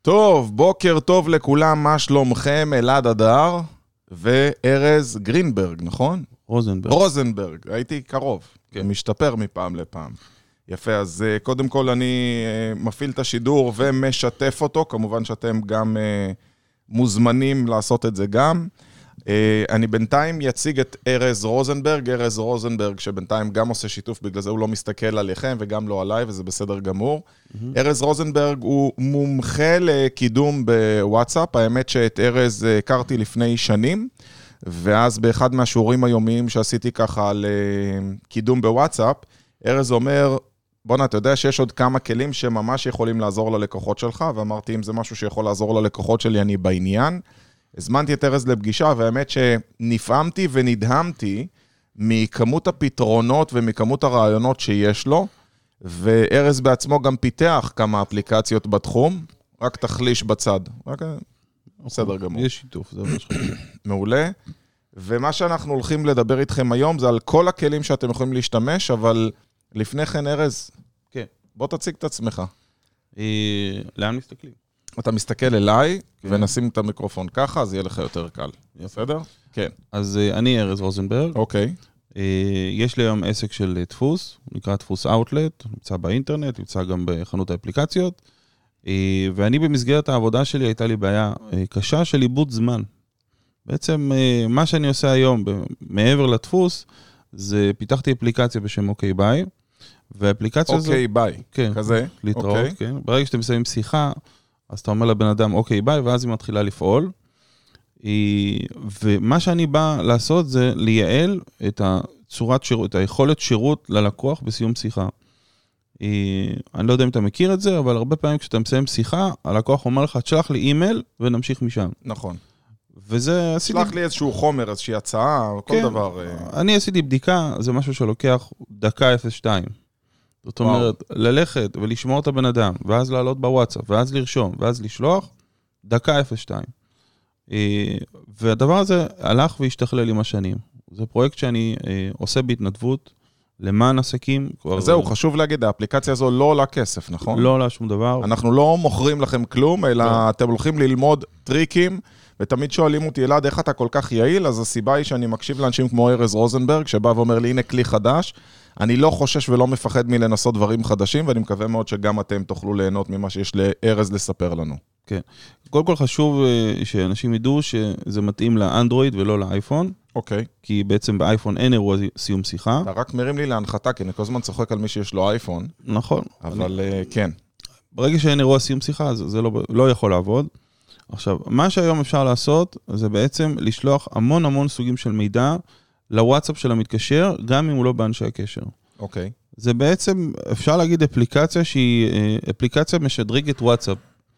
טוב, בוקר טוב לכולם, מה שלומכם? אלעד אדר וארז גרינברג, נכון? רוזנברג, הייתי קרוב, כן. משתפר מפעם לפעם. יפה, אז קודם כל אני מפעיל את השידור ומשתף אותו, כמובן שאתם גם מוזמנים לעשות את זה גם. אני בינתיים יציג את ארז רוזנברג, שבינתיים גם עושה שיתוף, בגלל זה הוא לא מסתכל עליכם וגם לא עליי, וזה בסדר גמור. ארז רוזנברג הוא מומחה לקידום בוואטסאפ, האמת שאת ארז הכרתי לפני שנים, ואז באחד מהשיעורים היומיים שעשיתי ככה על קידום בוואטסאפ, ארז אומר, בונה, אתה יודע שיש עוד כמה כלים שממש יכולים לעזור ללקוחות שלך, ואמרתי, אם זה משהו שיכול לעזור ללקוחות שלי, אני בעניין. הזמנתי את ארז לפגישה, והאמת שנפעמתי ונדהמתי מכמות הפתרונות ומכמות הרעיונות שיש לו, וארז בעצמו גם פיתח כמה אפליקציות בתחום, רק תחליש בצד. רק בסדר גמור. יש שיתוף, זה ממש חשוב. מעולה. ומה שאנחנו הולכים לדבר איתכם היום, זה על כל הכלים שאתם יכולים להשתמש, אבל לפני כן, ארז, כן. בוא תציג את עצמך. לאן מסתכלים? אתה מסתכל אליי, ונשים את המיקרופון ככה, אז יהיה לך יותר קל. בסדר? כן. אז אני ארז רוזנברג. אוקיי. יש לי היום עסק של דפוס, הוא נקרא דפוס אאוטלט, נמצא באינטרנט, נמצא גם בחנות האפליקציות, ואני במסגרת העבודה שלי הייתה לי בעיה קשה של איבוד זמן. בעצם מה שאני עושה היום, מעבר לדפוס, זה פיתחתי אפליקציה בשם אוקיי ביי, והאפליקציה הזאת... אוקיי ביי, כן, כזה? להתראות, כן. ברגע שאתם מסיימים שיחה, אז אתה אומר לבן אדם, אוקיי, ביי, ואז היא מתחילה לפעול. ומה שאני בא לעשות זה לייעל את הצורת שירות, את היכולת שירות ללקוח בסיום שיחה. אני לא יודע אם אתה מכיר את זה, אבל הרבה פעמים כשאתה מסיים שיחה, הלקוח אומר לך, תשלח לי אימייל ונמשיך משם. נכון. וזה... תשלח לי איזשהו חומר, איזושהי הצעה, כל דבר. אני עשיתי בדיקה, זה משהו שלוקח דקה 02. זאת אומרת, ללכת ולשמוע את הבן אדם, ואז לעלות בוואטסאפ, ואז לרשום, ואז לשלוח, דקה 02. והדבר הזה הלך והשתכלל עם השנים. זה פרויקט שאני עושה בהתנדבות, למען עסקים. זהו, חשוב להגיד, האפליקציה הזו לא עולה כסף, נכון? לא עולה שום דבר. אנחנו לא מוכרים לכם כלום, אלא אתם הולכים ללמוד טריקים, ותמיד שואלים אותי, אלעד, איך אתה כל כך יעיל? אז הסיבה היא שאני מקשיב לאנשים כמו ארז רוזנברג, שבא ואומר לי, הנה כלי חדש, אני לא חושש ולא מפחד מלנסות דברים חדשים, ואני מקווה מאוד שגם אתם תוכלו ליהנות ממה שיש לארז לספר לנו. כן. קודם כל חשוב שאנשים ידעו שזה מתאים לאנדרואיד ולא לאייפון. אוקיי. כי בעצם באייפון אין אירוע סיום שיחה. אתה רק מרים לי להנחתה, כי אני כל הזמן צוחק על מי שיש לו אייפון. נכון. אבל כן. ברגע שאין אירוע סיום שיחה, זה לא יכול לעבוד. עכשיו, מה שהיום אפשר לעשות, זה בעצם לשלוח המון סוגים של מידע לוואטסאפ של המתקשר, גם אם הוא לא באנשי הקשר. אוקיי. זה בעצם, אפשר להגיד אפליקציה שהיא אפליקציה משדרגת וואטסאפ.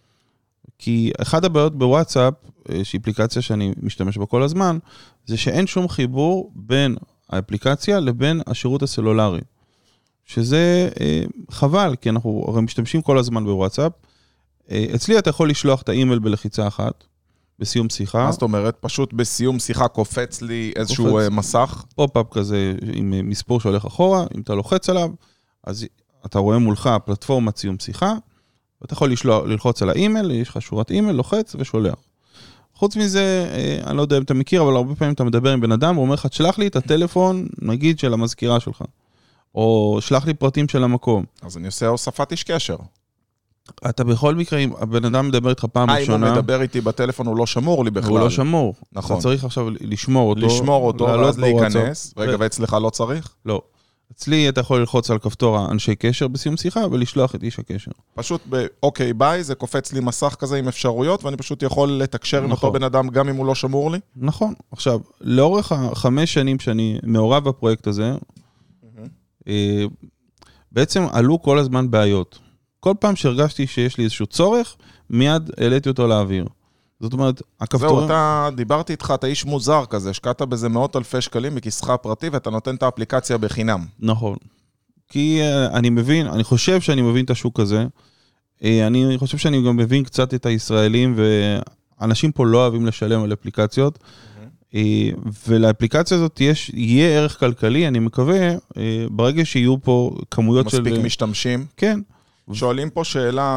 כי אחד הבעיות בוואטסאפ, שהיא אפליקציה שאני משתמש בה כל הזמן, זה שאין שום חיבור בין האפליקציה לבין השירות הסלולרי. שזה חבל, כי אנחנו הרי משתמשים כל הזמן בוואטסאפ. אצלי אתה יכול לשלוח את האימייל בלחיצה אחת, בסיום שיחה. מה זאת אומרת? פשוט בסיום שיחה קופץ לי איזשהו מסך? פופ-אפ כזה עם מספור שהולך אחורה, אם אתה לוחץ עליו, אז אתה רואה מולך פלטפורמת סיום שיחה, ואתה יכול ללחוץ על האימייל, יש לך שורת אימייל, לוחץ ושולח. חוץ מזה, אני לא יודע אם אתה מכיר, אבל הרבה פעמים אתה מדבר עם בן אדם, הוא אומר לך, תשלח לי את הטלפון, נגיד, של המזכירה שלך, או שלח לי פרטים של המקום. אז אני עושה הוספת איש קשר. אתה בכל מקרה, אם הבן אדם מדבר איתך פעם ראשונה... אם הוא מדבר איתי בטלפון, הוא לא שמור לי בכלל. הוא לא שמור. נכון. אתה צריך עכשיו לשמור אותו. לשמור אותו, ואז להיכנס. רגע, ואצלך לא צריך? לא. אצלי אתה יכול ללחוץ על כפתור האנשי קשר בסיום שיחה, ולשלוח את איש הקשר. פשוט באוקיי ביי, זה קופץ לי מסך כזה עם אפשרויות, ואני פשוט יכול לתקשר עם אותו בן אדם, גם אם הוא לא שמור לי? נכון. עכשיו, לאורך 5 שנים שאני מעורב בפרויקט הזה, בעצם עלו כל הזמן בעיות. כל פעם שהרגשתי שיש לי איזשהו צורך, מיד העליתי אותו לאוויר. זאת אומרת, הכפתורים... זהו, אתה דיברתי איתך, אתה איש מוזר כזה, השקעת בזה מאות אלפי שקלים בכיסך הפרטי, ואתה נותן את האפליקציה בחינם. נכון. כי אני חושב שאני מבין את השוק הזה, אני חושב שאני גם מבין קצת את הישראלים, ואנשים פה לא אוהבים לשלם על אפליקציות, ולאפליקציה הזאת יהיה ערך כלכלי, אני מקווה, ברגע שיהיו פה כמויות של... מספיק משתמשים. כן. שואלים פה שאלה,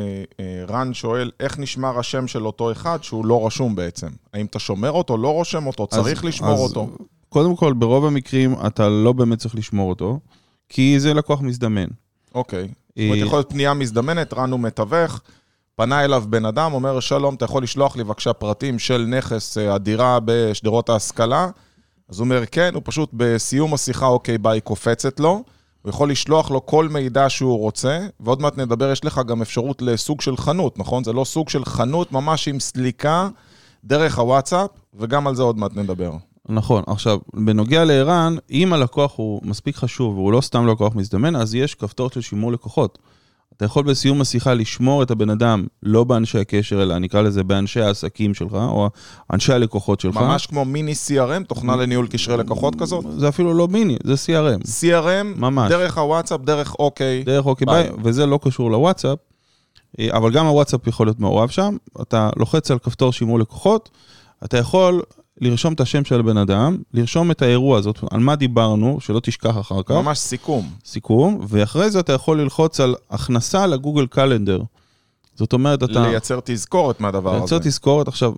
רן שואל, איך נשמר השם של אותו אחד שהוא לא רשום בעצם? האם אתה שומר אותו, לא רושם אותו, צריך לשמור אותו? קודם כל, ברוב המקרים אתה לא באמת צריך לשמור אותו, כי זה לקוח מזדמן. אוקיי. זאת אומרת, יכול להיות פנייה מזדמנת, רן הוא מתווך, פנה אליו בן אדם, אומר, שלום, אתה יכול לשלוח לי בבקשה פרטים של נכס הדירה בשדרות ההשכלה? אז הוא אומר, כן, הוא פשוט בסיום השיחה, אוקיי, ביי, קופצת לו, הוא יכול לשלוח לו כל מידע שהוא רוצה, ועוד מעט נדבר, יש לך גם אפשרות לסוג של חנות, נכון? זה לא סוג של חנות, ממש עם סליקה, דרך הוואטסאפ, וגם על זה עוד מעט נדבר. נכון, עכשיו, בנוגע לערן, אם הלקוח הוא מספיק חשוב, והוא לא סתם לקוח מזדמן, אז יש כפתור של שימור לקוחות. אתה יכול בסיום השיחה לשמור את הבן אדם, לא באנשי הקשר, אלא נקרא לזה באנשי העסקים שלך, או אנשי הלקוחות שלך. ממש כמו מיני CRM, תוכנה לניהול קשרי לקוחות כזאת? זה אפילו לא מיני, זה CRM. CRM, ממש. דרך הוואטסאפ, דרך אוקיי. דרך אוקיי ביי, וזה לא קשור לוואטסאפ, אבל גם הוואטסאפ יכול להיות מעורב שם. אתה לוחץ על כפתור שימור לקוחות, אתה יכול לרשום את השם של הבן אדם, לרשום את האירוע הזאת, על מה דיברנו, שלא תשכח אחר כך. ממש סיכום. סיכום, ואחרי זה אתה יכול ללחוץ על הכנסה לגוגל קלנדר. זאת אומרת, אתה... לייצר תזכורת מהדבר הזה. לייצר תזכורת, עכשיו,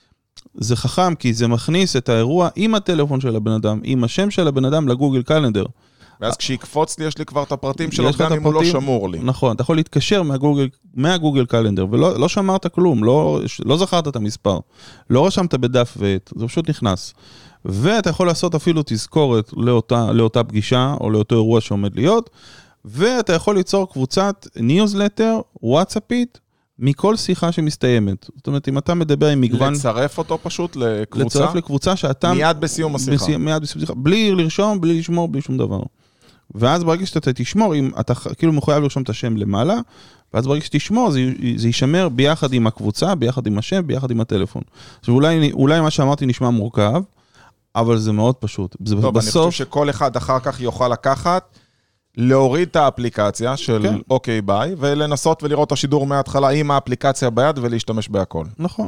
זה חכם, כי זה מכניס את האירוע עם הטלפון של הבן אדם, עם השם של הבן אדם לגוגל קלנדר. ואז כשיקפוץ לי, יש לי כבר את הפרטים שלו, גם אם הוא לא שמור לי. נכון, אתה יכול להתקשר מהגוגל קלנדר, ולא שמרת כלום, לא זכרת את המספר, לא רשמת בדף ועט, זה פשוט נכנס. ואתה יכול לעשות אפילו תזכורת לאותה פגישה, או לאותו אירוע שעומד להיות, ואתה יכול ליצור קבוצת ניוזלטר, וואטסאפית, מכל שיחה שמסתיימת. זאת אומרת, אם אתה מדבר עם מגוון... לצרף אותו פשוט לקבוצה? לצרף לקבוצה שאתה... מיד בסיום השיחה. מיד בסיום השיחה, בלי לרשום, בלי לשמור, בלי שום דבר. ואז ברגע שאתה תשמור, אתה כאילו מחויב לרשום את השם למעלה, ואז ברגע שתשמור, זה יישמר ביחד עם הקבוצה, ביחד עם השם, ביחד עם הטלפון. עכשיו, אולי מה שאמרתי נשמע מורכב, אבל זה מאוד פשוט. טוב, אני חושב שכל אחד אחר כך יוכל לקחת, להוריד את האפליקציה של אוקיי ביי, ולנסות ולראות את השידור מההתחלה עם האפליקציה ביד, ולהשתמש בהכל. נכון.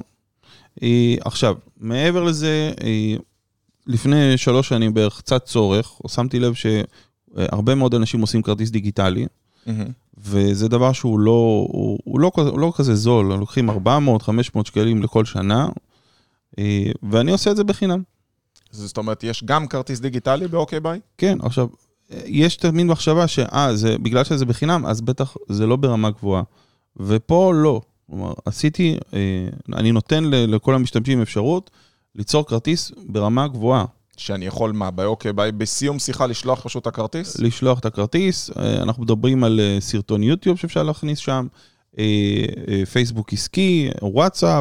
עכשיו, מעבר לזה, לפני 3 שנים בערך קצת צורך, שמתי לב שהרבה מאוד אנשים עושים כרטיס דיגיטלי, וזה דבר שהוא לא כזה זול, לוקחים 400-500 שקלים לכל שנה, ואני עושה את זה בחינם. זאת אומרת, יש גם כרטיס דיגיטלי באוקיי ביי? כן, עכשיו, יש תמיד מחשבה בגלל שזה בחינם, אז בטח זה לא ברמה גבוהה. ופה לא. כלומר, אני נותן לכל המשתמשים אפשרות ליצור כרטיס ברמה גבוהה. שאני יכול באוקיי ביי, בסיום שיחה לשלוח פשוט את הכרטיס? לשלוח את הכרטיס, אנחנו מדברים על סרטון יוטיוב שאפשר להכניס שם, פייסבוק עסקי, וואטסאפ,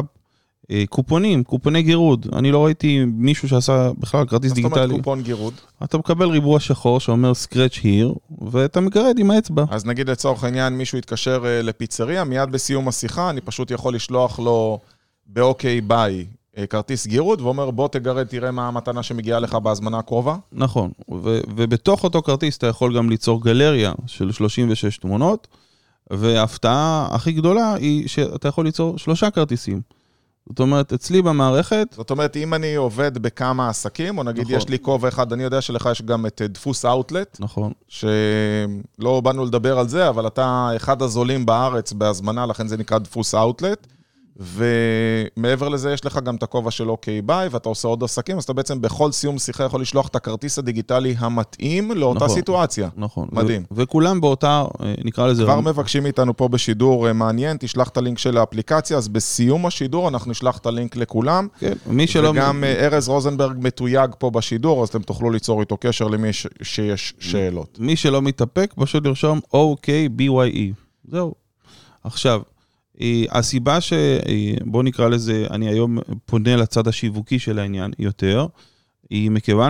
קופוני גירוד. אני לא ראיתי מישהו שעשה בכלל כרטיס דיגיטלי. זאת אומרת קופון גירוד? אתה מקבל ריבוע שחור שאומר scratch here, ואתה מגרד עם האצבע. אז נגיד לצורך העניין מישהו יתקשר לפיצריה, מיד בסיום השיחה אני פשוט יכול לשלוח לו באוקיי ביי כרטיס גירוד, ואומר בוא תגרד, תראה מה המתנה שמגיעה לך בהזמנה הקרובה. נכון, ובתוך אותו כרטיס אתה יכול גם ליצור גלריה של 36 תמונות, וההפתעה הכי גדולה היא שאתה יכול ליצור 3 כרטיסים. זאת אומרת, אצלי במערכת... זאת אומרת, אם אני עובד בכמה עסקים, או נגיד נכון. יש לי כובע אחד, אני יודע שלך יש גם את דפוס אאוטלט. נכון. שלא באנו לדבר על זה, אבל אתה אחד הזולים בארץ בהזמנה, לכן זה נקרא דפוס אאוטלט. ומעבר לזה יש לך גם את הכובע של אוקיי ביי, ואתה עושה עוד עסקים, אז אתה בעצם בכל סיום שיחה יכול לשלוח את הכרטיס הדיגיטלי המתאים לאותה נכון, סיטואציה. נכון. מדהים. וכולם באותה, נקרא לזה... כבר מבקשים איתנו פה בשידור מעניין, תשלח את הלינק של האפליקציה, אז בסיום השידור אנחנו נשלח את הלינק לכולם. כן, מי שלא... וגם ארז רוזנברג מתויג פה בשידור, אז אתם תוכלו ליצור איתו קשר למי שיש שאלות. מי שלא מתאפק, פשוט לרשום OKBYE. זהו. עכשיו, הסיבה שבוא נקרא לזה, אני היום פונה לצד השיווקי של העניין יותר, היא מכיוון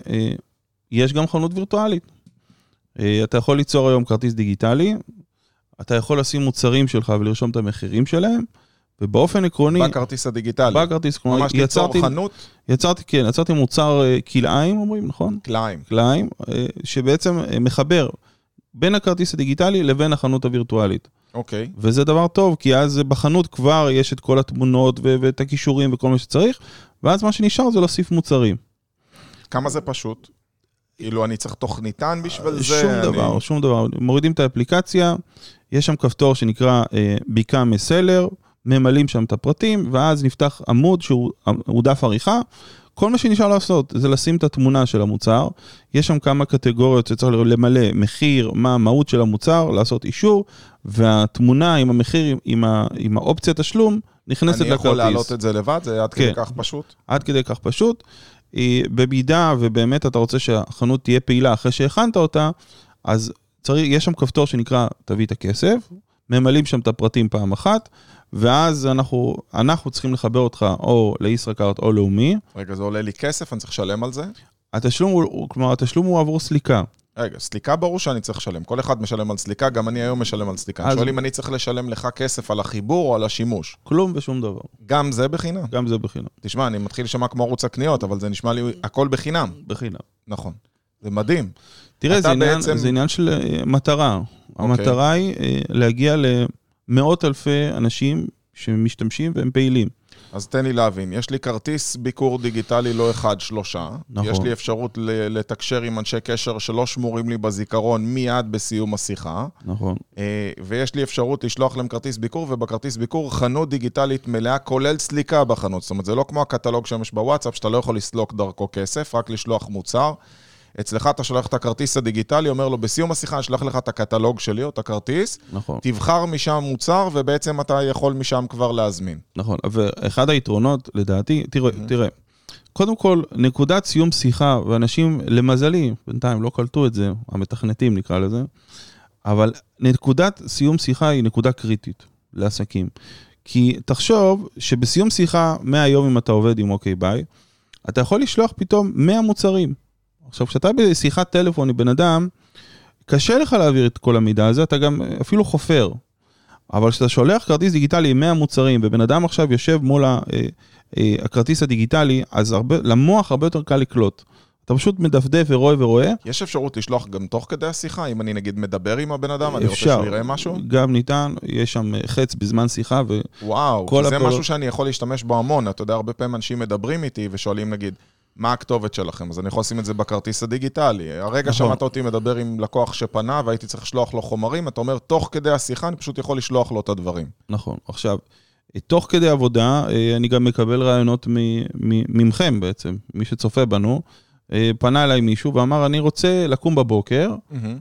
שיש גם חנות וירטואלית. אתה יכול ליצור היום כרטיס דיגיטלי, אתה יכול לשים מוצרים שלך ולרשום את המחירים שלהם, ובאופן עקרוני... בכרטיס הדיגיטלי. בכרטיס, ממש ליצור חנות? יצרתי מוצר כלאיים, אומרים, נכון? כלאיים, שבעצם מחבר בין הכרטיס הדיגיטלי לבין החנות הווירטואלית. אוקיי. וזה דבר טוב, כי אז בחנות כבר יש את כל התמונות ואת הכישורים וכל מה שצריך, ואז מה שנשאר זה להוסיף מוצרים. כמה זה פשוט? כאילו אני צריך תוכניתן בשביל זה? שום דבר. מורידים את האפליקציה, יש שם כפתור שנקרא Become a Seller, ממלאים שם את הפרטים, ואז נפתח עמוד שהוא דף עריכה, כל מה שנשאר לעשות זה לשים את התמונה של המוצר, יש שם כמה קטגוריות שצריך למלא, מחיר, מה המהות של המוצר, לעשות אישור, והתמונה עם המחיר, עם האופציה תשלום, נכנסת לכרטיס. אני יכול להעלות את זה לבד? זה עד כדי כך פשוט? עד כדי כך פשוט. במידה ובאמת אתה רוצה שהחנות תהיה פעילה אחרי שהכנת אותה, אז יש שם כפתור שנקרא תביא את הכסף, ממלאים שם את הפרטים פעם אחת, ואז אנחנו צריכים לחבר אותך או לישראכרט או לאומי. רגע, זה עולה לי כסף, אני צריך לשלם על זה? התשלום הוא עבור סליקה. רגע, סליקה ברור שאני צריך לשלם. כל אחד משלם על סליקה, גם אני היום משלם על סליקה. שואלים אם אני צריך לשלם לך כסף על החיבור או על השימוש. כלום ושום דבר. גם זה בחינם? גם זה בחינם. תשמע, אני מתחיל לשמע כמו ערוץ הקניות, אבל זה נשמע לי הכל בחינם. בחינם. נכון. זה מדהים. תראה, זה עניין של מטרה. המטרה היא להגיע למאות אלפי אנשים שמשתמשים והם פעילים. אז תן לי להבין, יש לי כרטיס ביקור דיגיטלי לא 1, 3, נכון. יש לי אפשרות לתקשר עם אנשי קשר שלא שמורים לי בזיכרון מיד בסיום השיחה, נכון. ויש לי אפשרות לשלוח להם כרטיס ביקור, ובכרטיס ביקור חנות דיגיטלית מלאה, כולל סליקה בחנות, זאת אומרת, זה לא כמו הקטלוג שיש בוואטסאפ, שאתה לא יכול לסלוק דרכו כסף, רק לשלוח מוצר, אצלך אתה שולח את הכרטיס הדיגיטלי, אומר לו, בסיום השיחה אני שלח לך את הקטלוג שלי או את הכרטיס, נכון. תבחר משם מוצר, ובעצם אתה יכול משם כבר להזמין. נכון, ואחד היתרונות, לדעתי, תראה, קודם כל, נקודת סיום שיחה, ואנשים למזלי, בינתיים לא קלטו את זה, המתכנתים נקרא לזה, אבל נקודת סיום שיחה היא נקודה קריטית לעסקים. כי תחשוב שבסיום שיחה, מהיום אם אתה עובד עם אוקיי ביי, אתה יכול לשלוח פתאום 100 מוצרים. עכשיו, כשאתה בשיחת טלפון עם בן אדם, קשה לך להעביר את כל המידע הזה, אתה גם אפילו חופר. אבל כשאתה שולח כרטיס דיגיטלי עם 100 מוצרים, ובן אדם עכשיו יושב מול הכרטיס הדיגיטלי, אז למוח הרבה יותר קל לקלוט. אתה פשוט מדפדף ורואה. יש אפשרות לשלוח גם תוך כדי השיחה? אם אני נגיד מדבר עם הבן אדם, אני רוצה שהוא יראה משהו? גם ניתן, יש שם חץ בזמן שיחה. וואו, זה משהו שאני יכול להשתמש בו המון. אתה יודע, הרבה פעמים אנשים מדברים איתי ושואלים נגיד, מה הכתובת שלכם? אז אני יכול לשים את זה בכרטיס הדיגיטלי. הרגע שמעת אותי מדבר עם לקוח שפנה, והייתי צריך לשלוח לו חומרים, אתה אומר, תוך כדי השיחה, אני פשוט יכול לשלוח לו את הדברים. נכון. עכשיו, תוך כדי עבודה, אני גם מקבל רעיונות ממכם בעצם, מי שצופה בנו, פנה אליי מישהו ואמר, אני רוצה לקום בבוקר,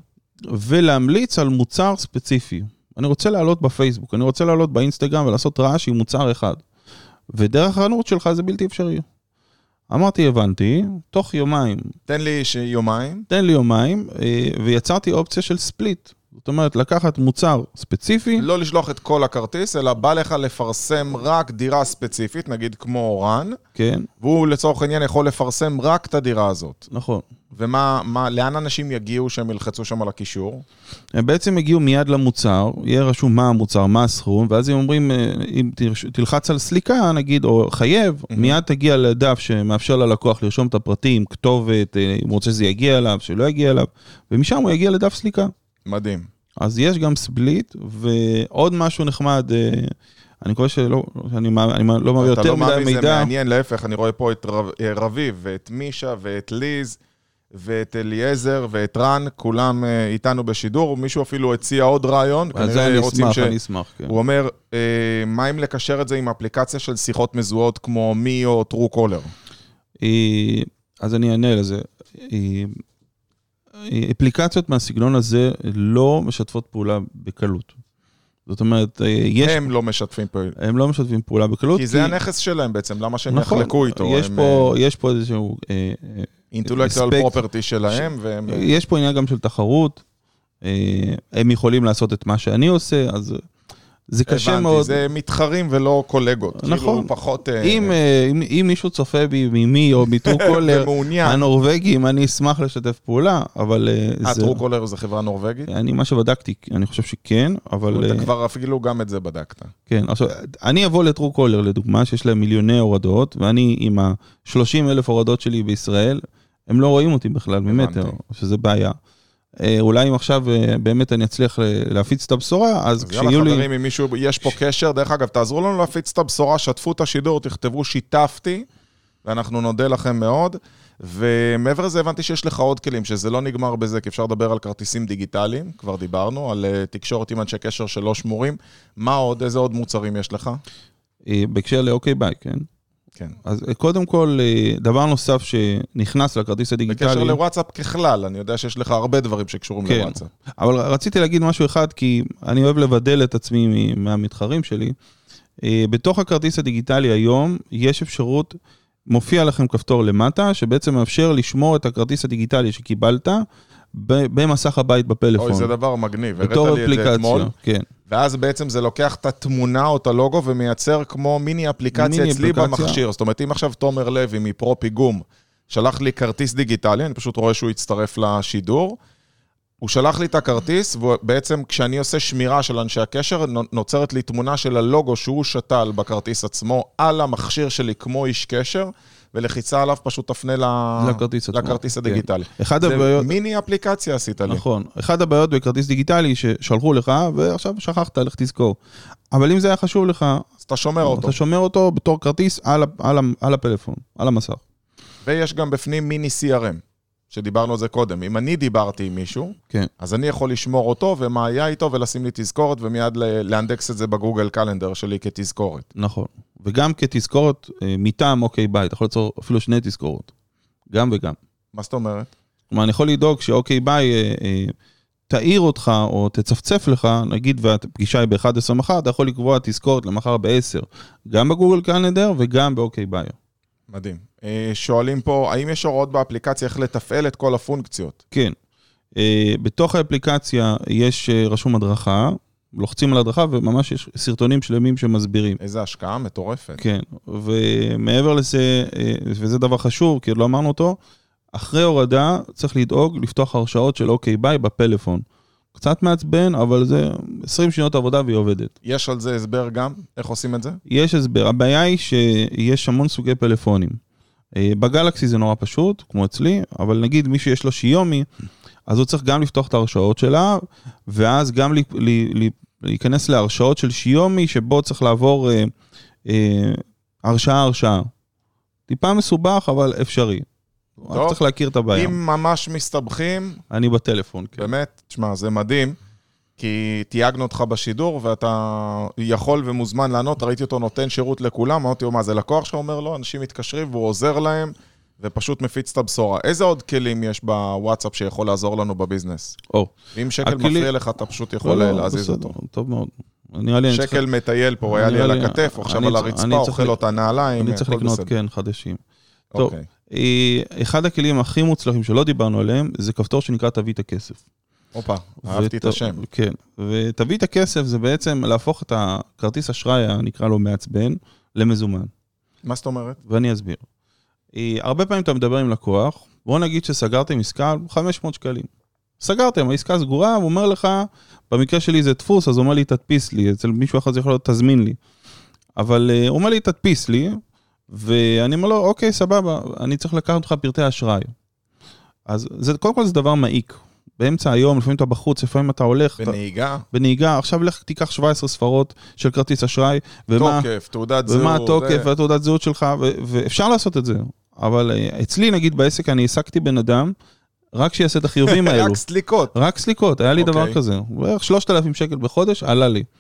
ולהמליץ על מוצר ספציפי. אני רוצה לעלות בפייסבוק, אני רוצה לעלות באינסטגרם, ולעשות רעש עם מוצר אחד. ודרך הרעיונות שלך זה בלתי אפשרי. אמרתי, הבנתי, תוך יומיים. תן לי יומיים. תן לי יומיים, ויצרתי אופציה של ספליט. זאת אומרת, לקחת מוצר ספציפי. לא לשלוח את כל הכרטיס, אלא בא לך לפרסם רק דירה ספציפית, נגיד כמו אורן. כן. והוא לצורך העניין יכול לפרסם רק את הדירה הזאת. נכון. לאן אנשים יגיעו שהם ילחצו שם על הקישור? הם בעצם הגיעו מיד למוצר, יהיה רשום מה המוצר, מה הסכום, ואז הם אומרים, אם תלחץ על סליקה, נגיד, או חייב, מיד תגיע לדף שמאפשר ללקוח לרשום את הפרטים, כתובת, אם רוצה שזה יגיע אליו, שלא יגיע אליו, ומשם הוא יגיע לדף סליקה. מדהים. אז יש גם ספליט, ועוד משהו נחמד, אני קורא שלא, אני לא מראה יותר מדי מידע. זה מעניין, להפך, אני רואה פה את רביב, ואת מישה, ואת ליז, ואת אליעזר, ואת רן, כולם איתנו בשידור, מישהו אפילו הציע עוד רעיון. אז אני אשמח, כן. הוא אומר, מה אם לקשר את זה עם אפליקציה של שיחות מזוהות, כמו מי או טרו קולר? אז אני אענה לזה. אפליקציות מהסגנון הזה לא משתפות פעולה בקלות. זאת אומרת, הם לא משתפים פעולה. הם לא משתפים פעולה בקלות. כי זה הנכס שלהם בעצם, למה שהם יחלקו איתו? יש פה איזשהו intellectual property שלהם. יש פה עניין גם של תחרות. הם יכולים לעשות את מה שאני עושה, אז זה קשה מאוד. זה מתחרים ולא קולגות. נכון. פחות... אם מישהו צופה בי ממי או מטרו קולר, הנורווגים, אני אשמח לשתף פעולה, אבל... טרו קולר זה חברה נורווגית? אני מה שבדקתי, אני חושב שכן, אבל... אתה כבר אפילו גם את זה בדקת. כן, עכשיו, אני אבוא לטרו קולר, לדוגמה, שיש להם מיליוני הורדות, ואני עם ה-30,000 הורדות שלי בישראל, הם לא רואים אותי בכלל ממטר, שזה בעיה. אולי אם עכשיו באמת אני אצליח להפיץ את הבשורה, אז כשיהיו לי... חברים, אם מישהו, יש פה קשר, דרך אגב, תעזרו לנו להפיץ את הבשורה, שתפו את השידור, תכתבו שיתפתי, ואנחנו נודה לכם מאוד, ומעבר לזה הבנתי שיש לך עוד כלים, שזה לא נגמר בזה, כי אפשר לדבר על כרטיסים דיגיטליים, כבר דיברנו, על תקשורת עם אנשי קשר שלא שמורים. מה עוד, איזה עוד מוצרים יש לך? בהקשר לאוקיי ביי, כן? כן. אז קודם כל, דבר נוסף שנכנס לכרטיס הדיגיטלי... בקשר לוואטסאפ ככלל, אני יודע שיש לך הרבה דברים שקשורים לוואטסאפ. אבל רציתי להגיד משהו אחד, כי אני אוהב לבדל את עצמי מהמתחרים שלי. בתוך הכרטיס הדיגיטלי היום, יש אפשרות, מופיע לכם כפתור למטה, שבעצם מאפשר לשמור את הכרטיס הדיגיטלי שקיבלת, במסך הבית בפלאפון. אוי, זה דבר מגניב. בתור אפליקציה, כן. ואז בעצם זה לוקח את התמונה או את הלוגו ומייצר כמו מיני אפליקציה אצלי במכשיר. זאת אומרת, אם עכשיו תומר לוי מפרו פיגום שלח לי כרטיס דיגיטלי, אני פשוט רואה שהוא יצטרף לשידור, הוא שלח לי את הכרטיס, ובעצם כשאני עושה שמירה של אנשי הקשר, נוצרת לי תמונה של הלוגו שהוא שתל בכרטיס עצמו, על המכשיר שלי כמו איש קשר, ולחיצה עליו פשוט תפנה לכרטיס הדיגיטלי. זה מיני אפליקציה עשית לי. נכון. אחד הבעיות בכרטיס דיגיטלי ששלחו לך, ועכשיו שכחת, לך תזכור. אבל אם זה היה חשוב לך, אז אתה שומר אותו. אתה שומר אותו בתור כרטיס על הפלאפון, על המסך. ויש גם בפנים מיני CRM, שדיברנו על זה קודם. אם אני דיברתי עם מישהו, אז אני יכול לשמור אותו, ומה היה איתו, ולשים לי תזכורת, ומיד לאנדקס את זה בגוגל קלנדר שלי כתזכורת. נכון. וגם כתזכורת מטעם אוקיי ביי, אתה יכול ליצור אפילו שני תזכורות. גם וגם. מה זאת אומרת? כלומר, אני יכול לדאוג שאוקיי ביי תעיר אותך, או תצפצף לך, נגיד, והפגישה היא ב-11 מחר, אתה יכול לקבוע תזכורת למחר ב-10, גם בגוגל קלנדר וגם באוקיי ביי. מדהים. שואלים פה, האם יש הוראות באפליקציה איך לתפעל את כל הפונקציות? כן. בתוך האפליקציה יש רשום הדרכה, לוחצים על הדרכה, וממש יש סרטונים שלמים שמסבירים. איזה השקעה מטורפת. כן, ומעבר לזה, וזה דבר חשוב, כי עוד לא אמרנו אותו, אחרי הורדה צריך לדאוג לפתוח הרשאות של אוקיי ביי בפלאפון. קצת מעצבן, אבל זה 20 שניות עבודה והיא עובדת. יש על זה הסבר גם? איך עושים את זה? יש הסבר. הבעיה היא שיש המון סוגי פלאפונים. בגלקסי זה נורא פשוט, כמו אצלי, אבל נגיד מי שיש לו שיומי, אז הוא צריך גם לפתוח את ההרשאות שלה, ואז גם להיכנס להרשאות של שיומי, שבו צריך לעבור הרשאה. טיפה מסובך, אבל אפשרי. רק צריך להכיר את הבעיה. אם ממש מסתבכים... אני בטלפון, כן. באמת, תשמע, זה מדהים, כי תייגנו אותך בשידור, ואתה יכול ומוזמן לענות, ראיתי אותו נותן שירות לכולם, אמרתי לו, מה, זה לקוח שאומר לו, אנשים מתקשרים, והוא עוזר להם, ופשוט מפיץ את הבשורה. איזה עוד כלים יש בוואטסאפ שיכול לעזור לנו בביזנס? ואם שקל מפריע לך, אתה פשוט יכול להזיז אותו. טוב מאוד. שקל מטייל פה, היה לי על הכתף, עכשיו על הרצפה, אוכל אותה נעליים. אני צריך לקנות, כן, חדשים. טוב, אחד הכלים הכי מוצלחים שלא דיברנו עליהם, זה כפתור שנקרא תביא את הכסף. אופה, אהבתי את השם. כן, ותביא את הכסף זה בעצם להפוך את הכרטיס אשראי, נקרא לו מעצבן, למזומן. מה זאת אומרת? ואני אסביר. הרבה פעמים אתה מדבר עם לקוח, בוא נגיד שסגרתם עסקה 500 שקלים. סגרתם, העסקה סגורה, הוא אומר לך, במקרה שלי זה דפוס, אז הוא אומר לי, תדפיס לי, אצל מישהו אחר זה יכול להיות, תזמין לי. אבל הוא אומר לי, תדפיס לי, ואני אומר לו, אוקיי, סבבה, אני צריך לקחת אותך פרטי אשראי. אז קודם כל זה דבר מעיק. באמצע היום, לפעמים אתה בחוץ, לפעמים אתה הולך... בנהיגה, עכשיו לך תיקח 17 ספרות של כרטיס אשראי, תוקף, תעודת זהות. ומה התוקף והתעודת זהות שלך, ואפשר לעשות את זה. אבל אצלי, נגיד, בעסק, אני העסקתי בן אדם, רק שיעשה את החיובים האלו. רק סליקות. רק סליקות, היה לי דבר כזה. בערך 3,000 שקל בחודש, עלה לי.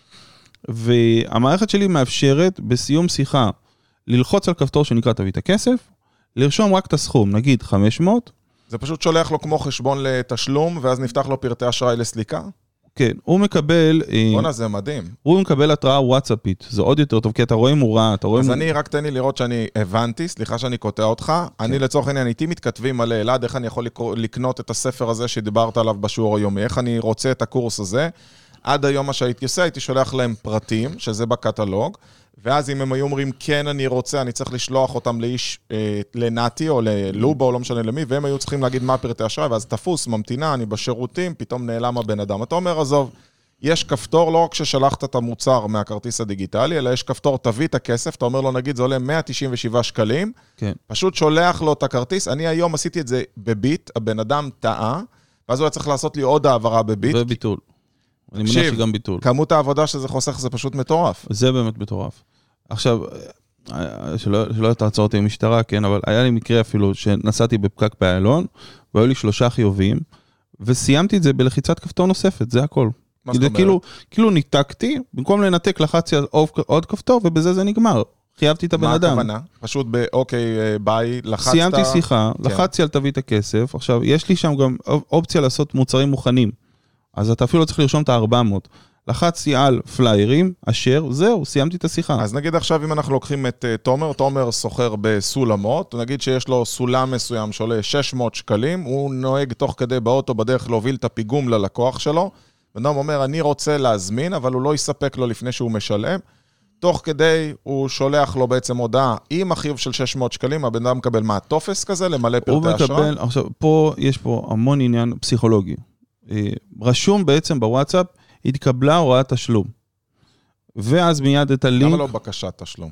והמערכת שלי מאפשרת, בסיום שיחה, ללחוץ על כפתור שנקרא תביא את הכסף, לרשום רק את הסכום, נגיד 500. זה פשוט שולח לו כמו חשבון לתשלום, ואז נפתח לו פרטי אשראי לסליקה? כן, הוא מקבל... בונה, זה מדהים. הוא מקבל התראה וואטסאפית, זה עוד יותר טוב, כי אתה רואה אם הוא רע, אתה רואה... אז אני רק תן לי לראות שאני הבנתי, סליחה שאני קוטע אותך, אני לצורך העניין, איתי מתכתבים על אלעד, איך אני יכול לקנות את הספר הזה שדיברת עליו בשיעור היומי, איך אני רוצה את הקורס הזה, עד היום מה שהייתי עושה, הייתי שולח להם פרטים, שזה בקטלוג, ואז אם הם היו אומרים, כן, אני רוצה, אני צריך לשלוח אותם לאיש, לנתי או ללובה או לא משנה למי, והם היו צריכים להגיד מה פרטי אשראי, ואז תפוס, ממתינה, אני בשירותים, פתאום נעלם הבן אדם. אתה אומר, עזוב, יש כפתור, לא רק ששלחת את המוצר מהכרטיס הדיגיטלי, אלא יש כפתור, תביא את הכסף, אתה אומר לו, נגיד, זה עולה 197 שקלים, כן. פשוט שולח לו את הכרטיס, אני היום עשיתי את זה בביט, הבן אדם טעה, ואז הוא היה צריך לעשות לי עוד העברה בביט. וביטול. אני מניח שגם ביטול. כמות העבודה שזה חוסך זה פשוט מטורף. זה באמת מטורף. עכשיו, שלא תעצור אותי במשטרה, כן, אבל היה לי מקרה אפילו שנסעתי בפקק באיילון, והיו לי 3 חיובים, וסיימתי את זה בלחיצת כפתור נוספת, זה הכל. מה זאת אומרת? כאילו ניתקתי, במקום לנתק לחצתי עוד כפתור, ובזה זה נגמר. חייבתי את הבן אדם. מה הכוונה? פשוט באוקיי, ביי, לחצת... סיימתי שיחה, לחצתי על תביא את הכסף, עכשיו יש לי שם גם אופציה לעשות מוצרים מוכנים, אז אתה אפילו לא צריך לרשום את ה-400. לחצתי על פליירים, זהו, סיימתי את השיחה. אז נגיד עכשיו אם אנחנו לוקחים את תומר סוחר בסולמות, נגיד שיש לו סולם מסוים שעולה 600 שקלים, הוא נוהג תוך כדי באוטו בדרך להוביל את הפיגום ללקוח שלו, בנאום אומר, אני רוצה להזמין, אבל הוא לא יספק לו לפני שהוא משלם, תוך כדי הוא שולח לו בעצם הודעה עם החיוב של 600 שקלים, הבן אדם מקבל מה, טופס כזה, למלא פרטי אשראי? עכשיו, יש פה המון עניין פסיכולוגי. רשום בעצם בוואטסאפ, התקבלה הוראת תשלום. ואז מיד את הלינק... למה לא בקשת תשלום?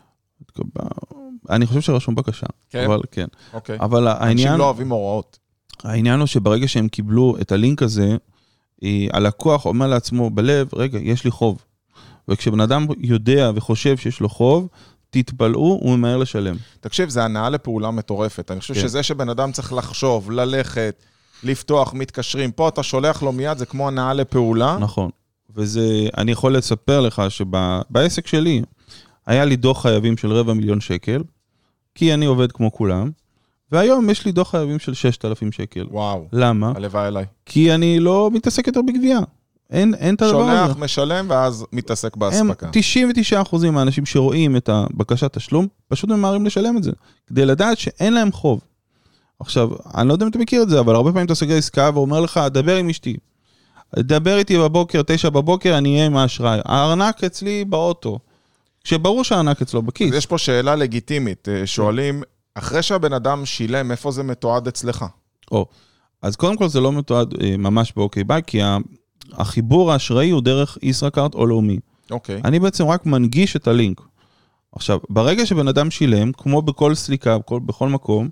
אני חושב שרשום בקשה. כן? אבל כן. אוקיי. אבל העניין... אנשים לא אוהבים הוראות. העניין הוא שברגע שהם קיבלו את הלינק הזה, הלקוח אומר לעצמו בלב, רגע, יש לי חוב. וכשבן אדם יודע וחושב שיש לו חוב, תתפלאו, הוא ממהר לשלם. תקשיב, זה הנעה לפעולה מטורפת. אני חושב שזה שבן אדם צריך לחשוב, ללכת, לפתוח, מתקשרים. פה אתה שולח לו מיד, זה כמו הנעה לפעולה. נכון. וזה, אני יכול לספר לך שבעסק שלי, היה לי דוח חייבים של 250,000 שקל, כי אני עובד כמו כולם, והיום יש לי דוח חייבים של 6,000 שקל. וואו. למה? הלוואי אליי. כי אני לא מתעסק יותר בגבייה. אין את הדבר הזה. שולח, משלם, ואז מתעסק בהספקה. 99% מהאנשים שרואים את הבקשת תשלום, פשוט ממהרים לשלם את זה, כדי לדעת שאין להם חוב. עכשיו, אני לא יודע אם אתה מכיר את זה, אבל הרבה פעמים אתה סוגר עסקה ואומר לך, דבר עם אשתי. דבר איתי בבוקר, 9 בבוקר, אני אהיה עם האשראי. הארנק אצלי באוטו. כשברור שהארנק אצלו בכיס. יש פה שאלה לגיטימית. שואלים, אחרי שהבן אדם שילם, איפה זה מתועד אצלך? אז קודם כל זה לא מתועד ממש באוקיי ביי, כי החיבור האשראי הוא דרך ישראכרט או לאומי. אוקיי. אני בעצם רק מנגיש את הלינק. עכשיו, ברגע שבן אדם שילם, כמו בכל סליקה, בכל מקום,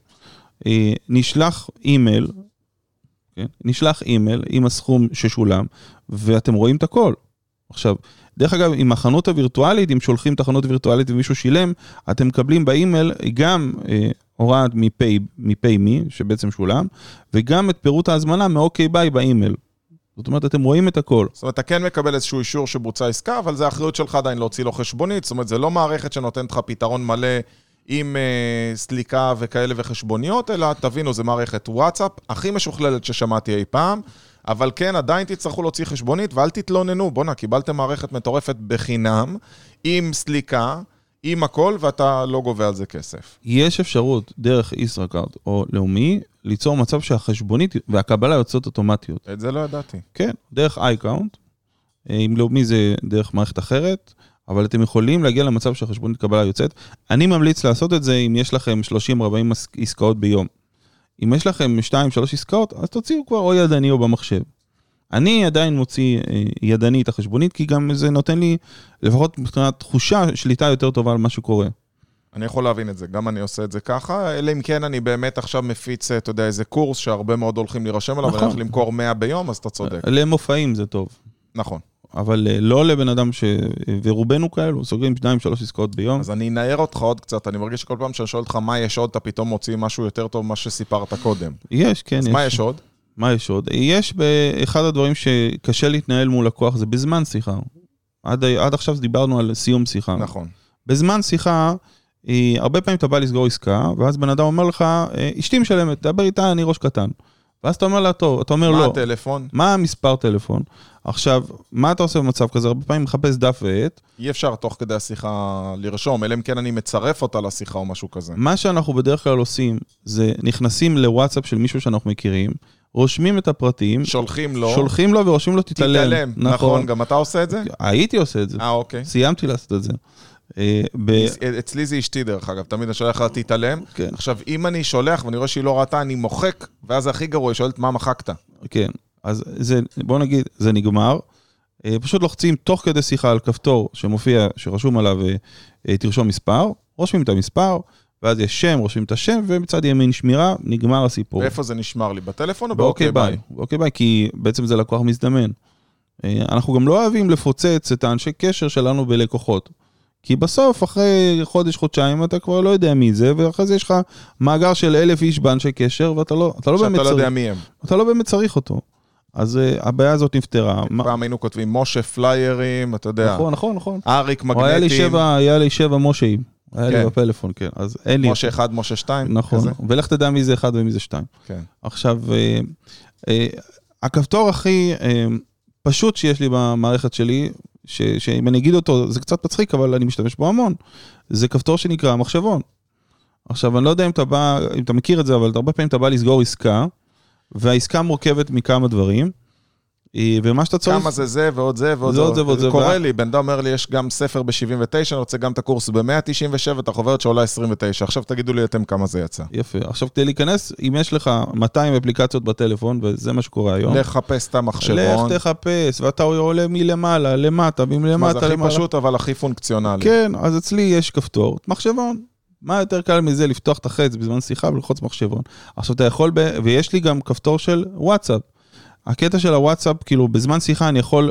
נשלח אימייל, כן? נשלח אימייל עם הסכום ששולם, ואתם רואים את הכל. עכשיו, דרך אגב, עם החנות הווירטואלית, אם שולחים את החנות הווירטואלית ומישהו שילם, אתם מקבלים באימייל גם הוראה מפי מי, שבעצם שולם, וגם את פירוט ההזמנה מאוקיי ביי באימייל. זאת אומרת, אתם רואים את הכל. זאת אומרת, אתה כן מקבל איזשהו אישור שבוצע עסקה, אבל זה האחריות שלך עדיין להוציא לו חשבונית, זאת אומרת, זה לא מערכת שנותנת לך פתרון מלא עם סליקה וכאלה וחשבוניות, אלא תבינו, זה מערכת וואטסאפ, הכי משוכללת ששמעתי אי פעם, אבל כן, עדיין תצטרכו להוציא חשבונית, ואל תתלוננו, בונה, קיבלתם מערכת מטורפת בחינם, עם סליקה, עם הכל, ואתה לא גובה על זה כסף. יש אפשרות דרך ישראכרט או לאומי, ליצור מצב שהחשבונית והקבלה יוצאות אוטומטיות. את זה לא ידעתי. כן, דרך iCount, עם לאומי זה דרך מערכת אחרת, אבל אתם יכולים להגיע למצב שהחשבונית קבלה יוצאת. אני ממליץ לעשות את זה אם יש לכם 30-40 עסקאות ביום. אם יש לכם 2-3 עסקאות, אז תוציאו כבר או ידני או במחשב. אני עדיין מוציא ידני את החשבונית, כי גם זה נותן לי לפחות מבחינת תחושה, שליטה יותר טובה על מה שקורה. אני יכול להבין את זה, גם אני עושה את זה ככה, אלא אם כן אני באמת עכשיו מפיץ, אתה יודע, איזה קורס שהרבה מאוד הולכים להירשם עליו, ואני הולך למכור 100 ביום, אז אתה צודק. למופעים זה טוב. נכון. אבל לא לבן אדם ורובנו כאלו, סוגרים 2-3 עסקאות ביום. אז אני אנער אותך עוד קצת, אני מרגיש שכל פעם שאני שואל אותך מה יש עוד, אתה פתאום מוציא משהו יותר טוב ממה שסיפרת קודם. יש, כן. אז מה יש עוד? מה יש עוד? יש באחד הדברים שקשה להתנהל מול לקוח, זה בזמן שיחה. עד עכשיו דיברנו על סיום שיחה. נכון. בזמן שיחה, הרבה פעמים אתה בא לסגור עסקה, ואז בן אדם אומר לך, אשתי משלמת, דבר איתה, אני ראש קטן. ואז אתה אומר לה, טוב, אתה אומר לא. מה הטלפון? מה המספר טלפון? עכשיו, מה אתה עושה במצב כזה? הרבה פעמים מחפש דף ועט. אי אפשר תוך כדי השיחה לרשום, אלא אם כן אני מצרף אותה לשיחה או משהו כזה. מה שאנחנו בדרך כלל עושים, זה נכנסים לוואטסאפ של מישהו שאנחנו מכירים, רושמים את הפרטים. שולחים לו ורושמים לו תתעלם. נכון, גם אתה עושה את זה? הייתי עושה את זה. אוקיי. סיימתי לעשות את זה. אצלי זה אשתי דרך אגב, תמיד אני שולח לה תתעלם. עכשיו, אם אני שולח ואני רואה שהיא לא ראתה, אני מוחק, ואז הכי גרוע, היא שואלת מה מחקת. כן, אז בוא נגיד, זה נגמר. פשוט לוחצים תוך כדי שיחה על כפתור שמופיע, שרשום עליו תרשום מספר, רושמים את המספר, ואז יש שם, רושמים את השם, ומצד ימין שמירה, נגמר הסיפור. ואיפה זה נשמר לי? בטלפון או באוקיי ביי? באוקיי ביי, כי בעצם זה לקוח מזדמן. אנחנו גם לא אוהבים לפוצץ את האנשי קשר שלנו בלקוחות. כי בסוף, אחרי חודש, חודשיים, אתה כבר לא יודע מי זה, ואחרי זה יש לך מאגר של 1,000 איש באנשי קשר, ואתה לא באמת לא יודע מי הם. אתה לא באמת צריך אותו. אז הבעיה הזאת נפתרה. פעם היינו כותבים משה פליירים, אתה יודע. נכון. אריק מגנטים. היה לי 7 מושאים. היה לי בפלאפון, כן. אז אין לי. משה 1, משה 2. נכון. ולך תדע מי זה 1 ומי זה 2. כן. עכשיו, הכפתור הכי פשוט שיש לי במערכת שלי, שאם אני אגיד אותו, זה קצת מצחיק, אבל אני משתמש בו המון, זה כפתור שנקרא מחשבון. עכשיו, אני לא יודע אם אתה מכיר את זה, אבל הרבה פעמים אתה בא לסגור עסקה, והעסקה מורכבת מכמה דברים, ומה שאתה צריך... כמה זה ועוד זה ועוד זה. זה קורה לי, בן אדם אומר לי, יש גם ספר ב-79, אני רוצה גם את הקורס ב-197, את החוברת שעולה 29. עכשיו תגידו לי אתם כמה זה יצא. יפה. עכשיו כדי להיכנס, אם יש לך 200 אפליקציות בטלפון, וזה מה שקורה היום. לחפש את המחשבון. לך תחפש, ואתה עולה מלמעלה, למטה, מלמטה, מה זה הכי פשוט, אבל הכי פונקציונלי. כן, אז אצלי יש כפתור, מחשבון. מה יותר קל מזה לפתוח את החץ בזמן שיחה ולחוץ מחשבון. עכשיו אתה יכול, ויש לי גם כפתור של וואטסאפ. הקטע של הוואטסאפ, כאילו בזמן שיחה אני יכול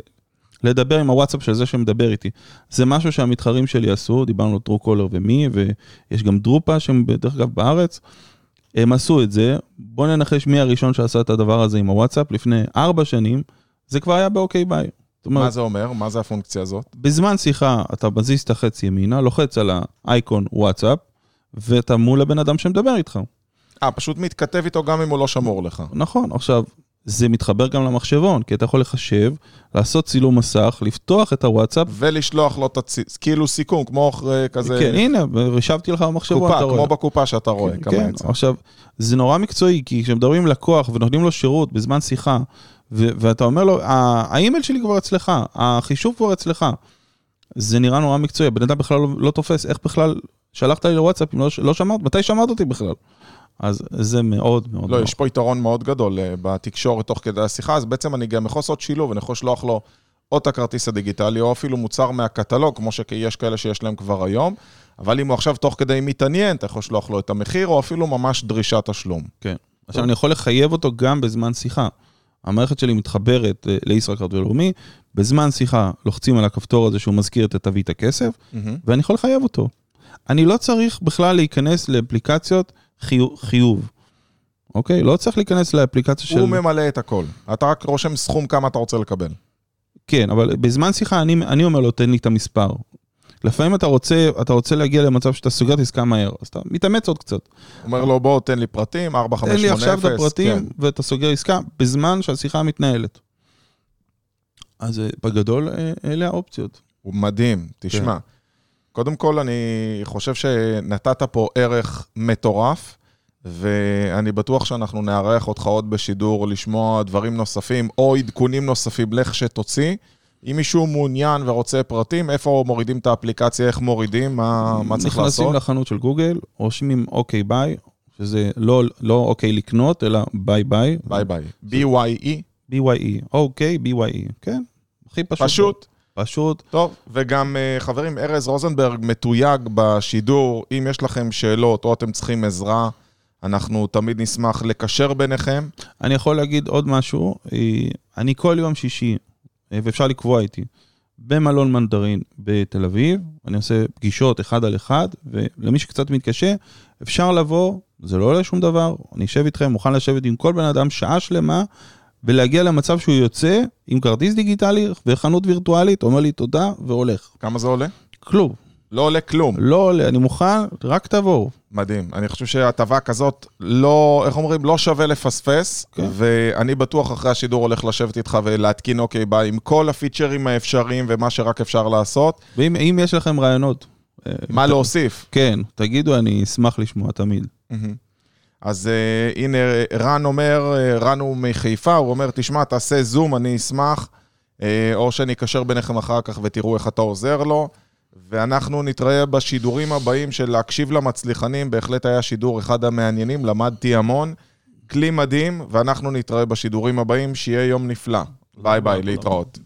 לדבר עם הוואטסאפ של זה שמדבר איתי. זה משהו שהמתחרים שלי עשו, דיברנו על טרוקולר ומי, ויש גם דרופה שהם בדרך כלל בארץ, הם עשו את זה. בוא ננחש מי הראשון שעשה את הדבר הזה עם הוואטסאפ, לפני 4 שנים, זה כבר היה באוקיי ביי. מה זה אומר? מה זה הפונקציה הזאת? בזמן שיחה אתה מזיז את החץ ימינה, לוחץ על האייקון וואטסאפ, ואתה מול הבן אדם שמדבר איתך. פשוט מתכתב איתו גם אם הוא לא שמור לך. נכון, עכשיו, זה מתחבר גם למחשבון, כי אתה יכול לחשב, לעשות צילום מסך, לפתוח את הוואטסאפ. ולשלוח לו כאילו סיכום, כמו כזה... כן, הנה, רשבתי לך במחשבון. קופה, כמו בקופה שאתה רואה. כן, עכשיו, זה נורא מקצועי, כי כשמדברים עם לקוח ונותנים לו שירות בזמן שיחה, ואתה אומר לו, האימייל שלי כבר אצלך, החישוב כבר אצלך. זה נראה נורא מקצועי, הבן אדם בכלל לא תופס, איך בכלל שלחת לי לוואטסאפ, אם לא שמעת, מתי שמעת אותי בכלל? אז זה מאוד מאוד... לא, יש פה יתרון מאוד גדול בתקשורת תוך כדי השיחה, אז בעצם אני גם יכול לעשות שילוב, אני יכול לשלוח לו או את הכרטיס הדיגיטלי, או אפילו מוצר מהקטלוג, כמו שיש כאלה שיש להם כבר היום, אבל אם הוא עכשיו תוך כדי מתעניין, אתה יכול לשלוח לו את המחיר, או אפילו ממש דרישת תשלום. כן. עכשיו אני יכול לחייב אותו גם בזמן שיחה. המערכת שלי מתחברת לישראכרט ולאומי, בזמן שיחה לוחצים על הכפתור הזה שהוא מזכיר את תביא את הכסף, ואני יכול לחייב אותו. אני לא צריך בכלל להיכנס לאפליקציות חיוב. אוקיי? לא צריך להיכנס לאפליקציה של... הוא ממלא את הכל. אתה רק רושם סכום כמה אתה רוצה לקבל. כן, אבל בזמן שיחה אני אומר לו, תן לי את המספר. לפעמים אתה רוצה להגיע למצב שאתה סוגר את עסקה מהר, אז אתה מתאמץ עוד קצת. אומר לו, בוא, תן לי פרטים, 4, 5, 8, 0. תן לי עכשיו את הפרטים, ואתה סוגר עסקה בזמן שהשיחה מתנהלת. אז בגדול, אלה האופציות. הוא מדהים, תשמע. קודם כל, אני חושב שנתת פה ערך מטורף, ואני בטוח שאנחנו נארח אותך עוד בשידור, לשמוע דברים נוספים, או עדכונים נוספים, לך שתוציא. אם מישהו מעוניין ורוצה פרטים, איפה מורידים את האפליקציה, איך מורידים, מה צריך לעשות? נכנסים לחנות של גוגל, רושמים אוקיי ביי, שזה לא אוקיי לקנות, אלא ביי ביי. ביי ביי. B-Y-E? B-Y-E. אוקיי, B-Y-E. כן? הכי פשוט. פשוט. טוב, וגם חברים, ארז רוזנברג מתויג בשידור, אם יש לכם שאלות או אתם צריכים עזרה, אנחנו תמיד נשמח לקשר ביניכם. אני יכול להגיד עוד משהו, אני כל יום שישי, ואפשר לקבוע איתי, במלון מנדרין בתל אביב, אני עושה פגישות 1 על 1, ולמי שקצת מתקשה, אפשר לבוא, זה לא עולה שום דבר, אני אשב איתכם, מוכן לשבת עם כל בן אדם שעה שלמה, ולהגיע למצב שהוא יוצא עם כרטיס דיגיטלי וחנות וירטואלית, אומר לי תודה והולך. כמה זה עולה? כלום. לא עולה כלום. לא עולה, אני מוכן, רק תבואו. מדהים. אני חושב שהטבה כזאת לא, איך אומרים, לא שווה לפספס, okay. ואני בטוח אחרי השידור הולך לשבת איתך ולהתקין אוקיי ביי, עם כל הפיצ'רים האפשריים ומה שרק אפשר לעשות. ואם יש לכם רעיונות. מה להוסיף? כן, תגידו, אני אשמח לשמוע תמיד. אז הנה, רן אומר, רן הוא מחיפה, הוא אומר, תשמע, תעשה זום, אני אשמח, או שאני אקשר ביניכם אחר כך ותראו איך אתה עוזר לו, ואנחנו נתראה בשידורים הבאים של להקשיב למצליחנים, בהחלט היה שידור אחד המעניינים, למדתי המון, כלי מדהים, ואנחנו נתראה בשידורים הבאים, שיהיה יום נפלא. ביי ביי, להתראות.